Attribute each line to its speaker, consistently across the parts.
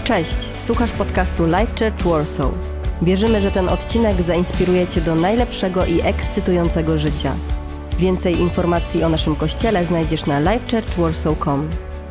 Speaker 1: Cześć, słuchasz podcastu Life Church Warsaw. Wierzymy, że ten odcinek zainspiruje Cię do najlepszego i ekscytującego życia. Więcej informacji o naszym kościele znajdziesz na lifechurchwarsaw.com.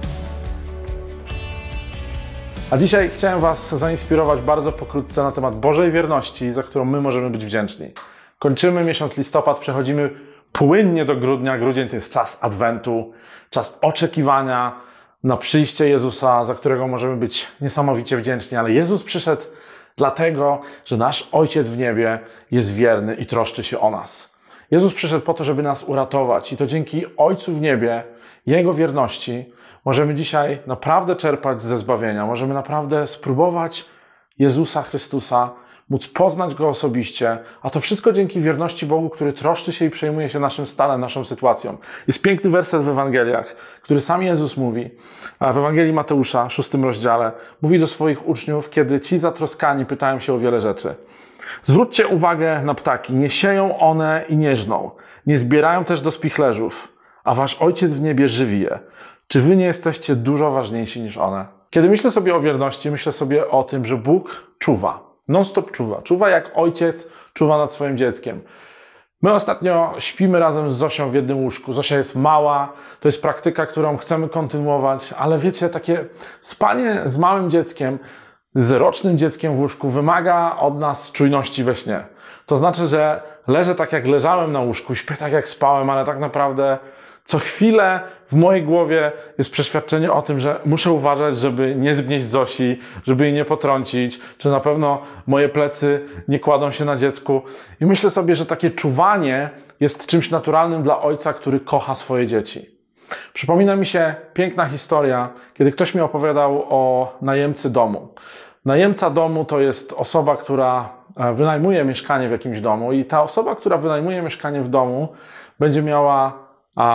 Speaker 2: A dzisiaj chciałem Was zainspirować bardzo pokrótce na temat Bożej wierności, za którą my możemy być wdzięczni. Kończymy miesiąc listopad, przechodzimy płynnie do grudnia. Grudzień to jest czas Adwentu, czas oczekiwania na przyjście Jezusa, za którego możemy być niesamowicie wdzięczni. Ale Jezus przyszedł dlatego, że nasz Ojciec w niebie jest wierny i troszczy się o nas. Jezus przyszedł po to, żeby nas uratować i to dzięki Ojcu w niebie, Jego wierności, możemy dzisiaj naprawdę czerpać ze zbawienia. Możemy naprawdę spróbować Jezusa Chrystusa, móc poznać Go osobiście, a to wszystko dzięki wierności Bogu, który troszczy się i przejmuje się naszym stanem, naszą sytuacją. Jest piękny werset w Ewangeliach, który sam Jezus mówi. W Ewangelii Mateusza, 6 rozdziale, mówi do swoich uczniów, kiedy ci zatroskani pytają się o wiele rzeczy. Zwróćcie uwagę na ptaki. Nie sieją one i nie żną. Nie zbierają też do spichlerzów, a wasz Ojciec w niebie żywi je. Czy wy nie jesteście dużo ważniejsi niż one? Kiedy myślę sobie o wierności, myślę sobie o tym, że Bóg czuwa. Non-stop czuwa. Czuwa jak ojciec czuwa nad swoim dzieckiem. My ostatnio śpimy razem z Zosią w jednym łóżku. Zosia jest mała, to jest praktyka, którą chcemy kontynuować, ale wiecie, takie spanie z małym dzieckiem, z rocznym dzieckiem w łóżku wymaga od nas czujności we śnie. To znaczy, że leżę tak jak leżałem na łóżku, śpię tak jak spałem, ale tak naprawdę co chwilę w mojej głowie jest przeświadczenie o tym, że muszę uważać, żeby nie zgnieść Zosi, żeby jej nie potrącić, czy na pewno moje plecy nie kładą się na dziecku. I myślę sobie, że takie czuwanie jest czymś naturalnym dla ojca, który kocha swoje dzieci. Przypomina mi się piękna historia, kiedy ktoś mi opowiadał o najemcy domu. Najemca domu to jest osoba, która wynajmuje mieszkanie w jakimś domu i ta osoba, która wynajmuje mieszkanie w domu, będzie miała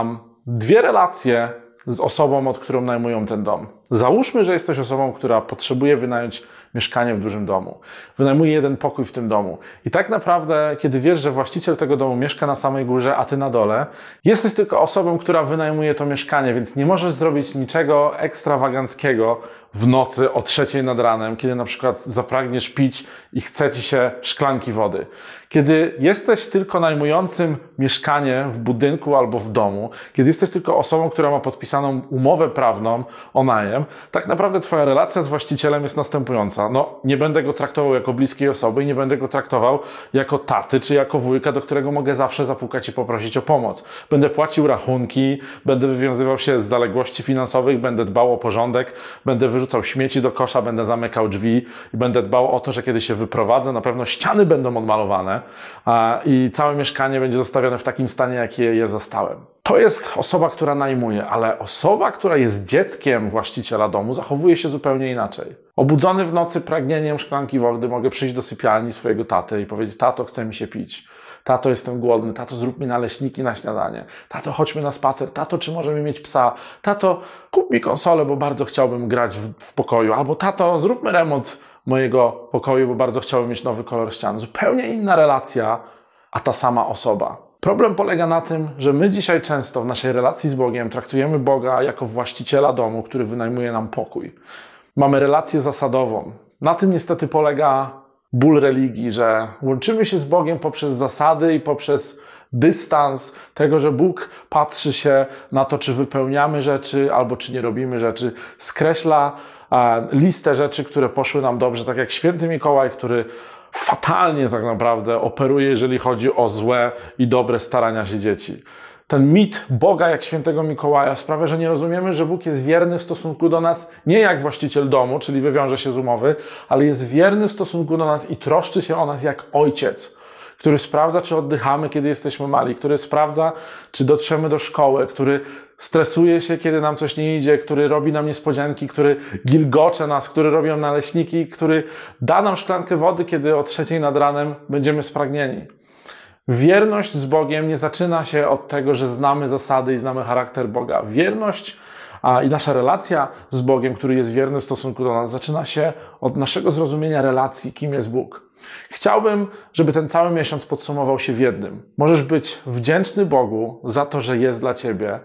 Speaker 2: dwie relacje z osobą, od którą najmują ten dom. Załóżmy, że jesteś osobą, która potrzebuje wynająć mieszkanie w dużym domu. Wynajmuje jeden pokój w tym domu. I tak naprawdę, kiedy wiesz, że właściciel tego domu mieszka na samej górze, a ty na dole, jesteś tylko osobą, która wynajmuje to mieszkanie, więc nie możesz zrobić niczego ekstrawaganckiego w nocy o 3:00 nad ranem, kiedy na przykład zapragniesz pić i chce ci się szklanki wody. Kiedy jesteś tylko najmującym mieszkanie w budynku albo w domu, kiedy jesteś tylko osobą, która ma podpisaną umowę prawną o najem, tak naprawdę twoja relacja z właścicielem jest następująca. Nie będę go traktował jako bliskiej osoby i nie będę go traktował jako taty czy jako wujka, do którego mogę zawsze zapukać i poprosić o pomoc. Będę płacił rachunki, będę wywiązywał się z zaległości finansowych, będę dbał o porządek, będę wyrzucał śmieci do kosza, będę zamykał drzwi i będę dbał o to, że kiedy się wyprowadzę, na pewno ściany będą odmalowane i całe mieszkanie będzie zostawione w takim stanie, jaki je zastałem. To jest osoba, która najmuje, ale osoba, która jest dzieckiem właściciela domu, zachowuje się zupełnie inaczej. Obudzony w nocy pragnieniem szklanki wody, mogę przyjść do sypialni swojego taty i powiedzieć: tato, chce mi się pić. Tato, jestem głodny. Tato, zrób mi naleśniki na śniadanie. Tato, chodźmy na spacer. Tato, czy możemy mieć psa? Tato, kup mi konsolę, bo bardzo chciałbym grać w pokoju. Albo tato, zróbmy remont mojego pokoju, bo bardzo chciałbym mieć nowy kolor ścian. Zupełnie inna relacja, a ta sama osoba. Problem polega na tym, że my dzisiaj często w naszej relacji z Bogiem traktujemy Boga jako właściciela domu, który wynajmuje nam pokój. Mamy relację zasadową. Na tym niestety polega ból religii, że łączymy się z Bogiem poprzez zasady i poprzez dystans tego, że Bóg patrzy się na to, czy wypełniamy rzeczy albo czy nie robimy rzeczy. Skreśla listę rzeczy, które poszły nam dobrze, tak jak święty Mikołaj, który fatalnie tak naprawdę operuje, jeżeli chodzi o złe i dobre starania się dzieci. Ten mit Boga jak świętego Mikołaja sprawia, że nie rozumiemy, że Bóg jest wierny w stosunku do nas nie jak właściciel domu, czyli wywiąże się z umowy, ale jest wierny w stosunku do nas i troszczy się o nas jak ojciec, który sprawdza, czy oddychamy, kiedy jesteśmy mali, który sprawdza, czy dotrzemy do szkoły, który stresuje się, kiedy nam coś nie idzie, który robi nam niespodzianki, który gilgocze nas, który robi nam naleśniki, który da nam szklankę wody, kiedy o 3:00 nad ranem będziemy spragnieni. Wierność z Bogiem nie zaczyna się od tego, że znamy zasady i znamy charakter Boga. Wierność i nasza relacja z Bogiem, który jest wierny w stosunku do nas, zaczyna się od naszego zrozumienia relacji, kim jest Bóg. Chciałbym, żeby ten cały miesiąc podsumował się w jednym. Możesz być wdzięczny Bogu za to, że jest dla ciebie,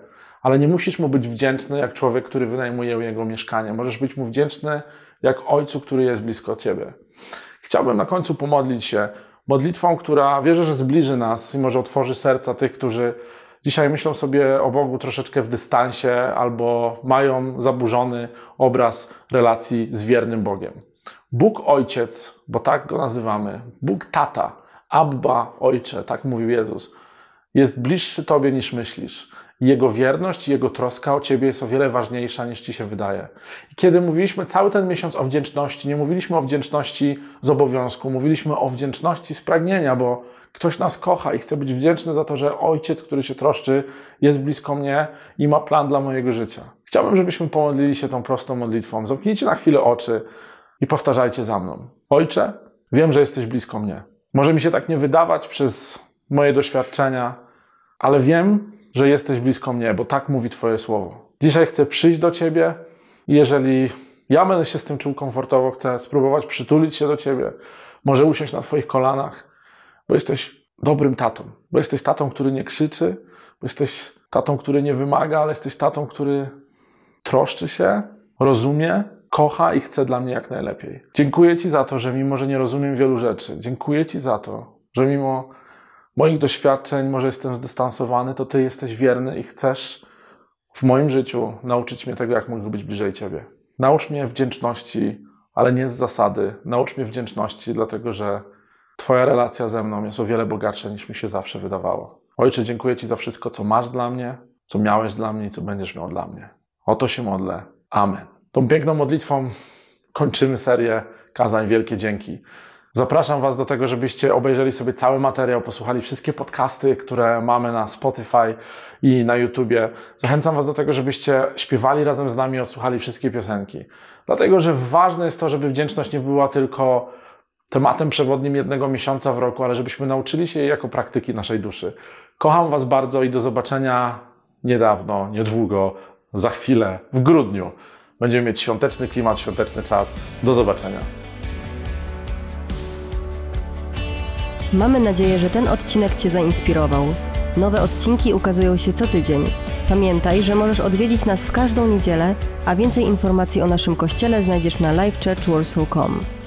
Speaker 2: ale nie musisz mu być wdzięczny jak człowiek, który wynajmuje jego mieszkanie. Możesz być mu wdzięczny jak ojcu, który jest blisko ciebie. Chciałbym na końcu pomodlić się modlitwą, która wierzę, że zbliży nas i może otworzy serca tych, którzy dzisiaj myślą sobie o Bogu troszeczkę w dystansie albo mają zaburzony obraz relacji z wiernym Bogiem. Bóg Ojciec, bo tak Go nazywamy, Bóg Tata, Abba, Ojcze, tak mówił Jezus, jest bliższy Tobie niż myślisz. Jego wierność i Jego troska o Ciebie jest o wiele ważniejsza niż Ci się wydaje. I kiedy mówiliśmy cały ten miesiąc o wdzięczności, nie mówiliśmy o wdzięczności z obowiązku, mówiliśmy o wdzięczności z pragnienia, bo ktoś nas kocha i chce być wdzięczny za to, że Ojciec, który się troszczy, jest blisko mnie i ma plan dla mojego życia. Chciałbym, żebyśmy pomodlili się tą prostą modlitwą. Zamknijcie na chwilę oczy i powtarzajcie za mną. Ojcze, wiem, że jesteś blisko mnie. Może mi się tak nie wydawać przez moje doświadczenia, ale wiem, że jesteś blisko mnie, bo tak mówi Twoje słowo. Dzisiaj chcę przyjść do Ciebie i jeżeli ja będę się z tym czuł komfortowo, chcę spróbować przytulić się do Ciebie, może usiąść na Twoich kolanach, bo jesteś dobrym tatą, bo jesteś tatą, który nie krzyczy, bo jesteś tatą, który nie wymaga, ale jesteś tatą, który troszczy się, rozumie, kocha i chce dla mnie jak najlepiej. Dziękuję Ci za to, że mimo, że nie rozumiem wielu rzeczy, dziękuję Ci za to, że mimo moich doświadczeń, może jestem zdystansowany, to Ty jesteś wierny i chcesz w moim życiu nauczyć mnie tego, jak mogę być bliżej Ciebie. Naucz mnie wdzięczności, ale nie z zasady. Naucz mnie wdzięczności, dlatego że Twoja relacja ze mną jest o wiele bogatsza, niż mi się zawsze wydawało. Ojcze, dziękuję Ci za wszystko, co masz dla mnie, co miałeś dla mnie i co będziesz miał dla mnie. O to się modlę. Amen. Tą piękną modlitwą kończymy serię kazań Wielkie Dzięki. Zapraszam Was do tego, żebyście obejrzeli sobie cały materiał, posłuchali wszystkie podcasty, które mamy na Spotify i na YouTubie. Zachęcam Was do tego, żebyście śpiewali razem z nami, odsłuchali wszystkie piosenki. Dlatego, że ważne jest to, żeby wdzięczność nie była tylko tematem przewodnim jednego miesiąca w roku, ale żebyśmy nauczyli się jej jako praktyki naszej duszy. Kocham Was bardzo i do zobaczenia niedawno, niedługo, za chwilę, w grudniu. Będziemy mieć świąteczny klimat, świąteczny czas. Do zobaczenia.
Speaker 1: Mamy nadzieję, że ten odcinek Cię zainspirował. Nowe odcinki ukazują się co tydzień. Pamiętaj, że możesz odwiedzić nas w każdą niedzielę, a więcej informacji o naszym kościele znajdziesz na livechurchwarsaw.com.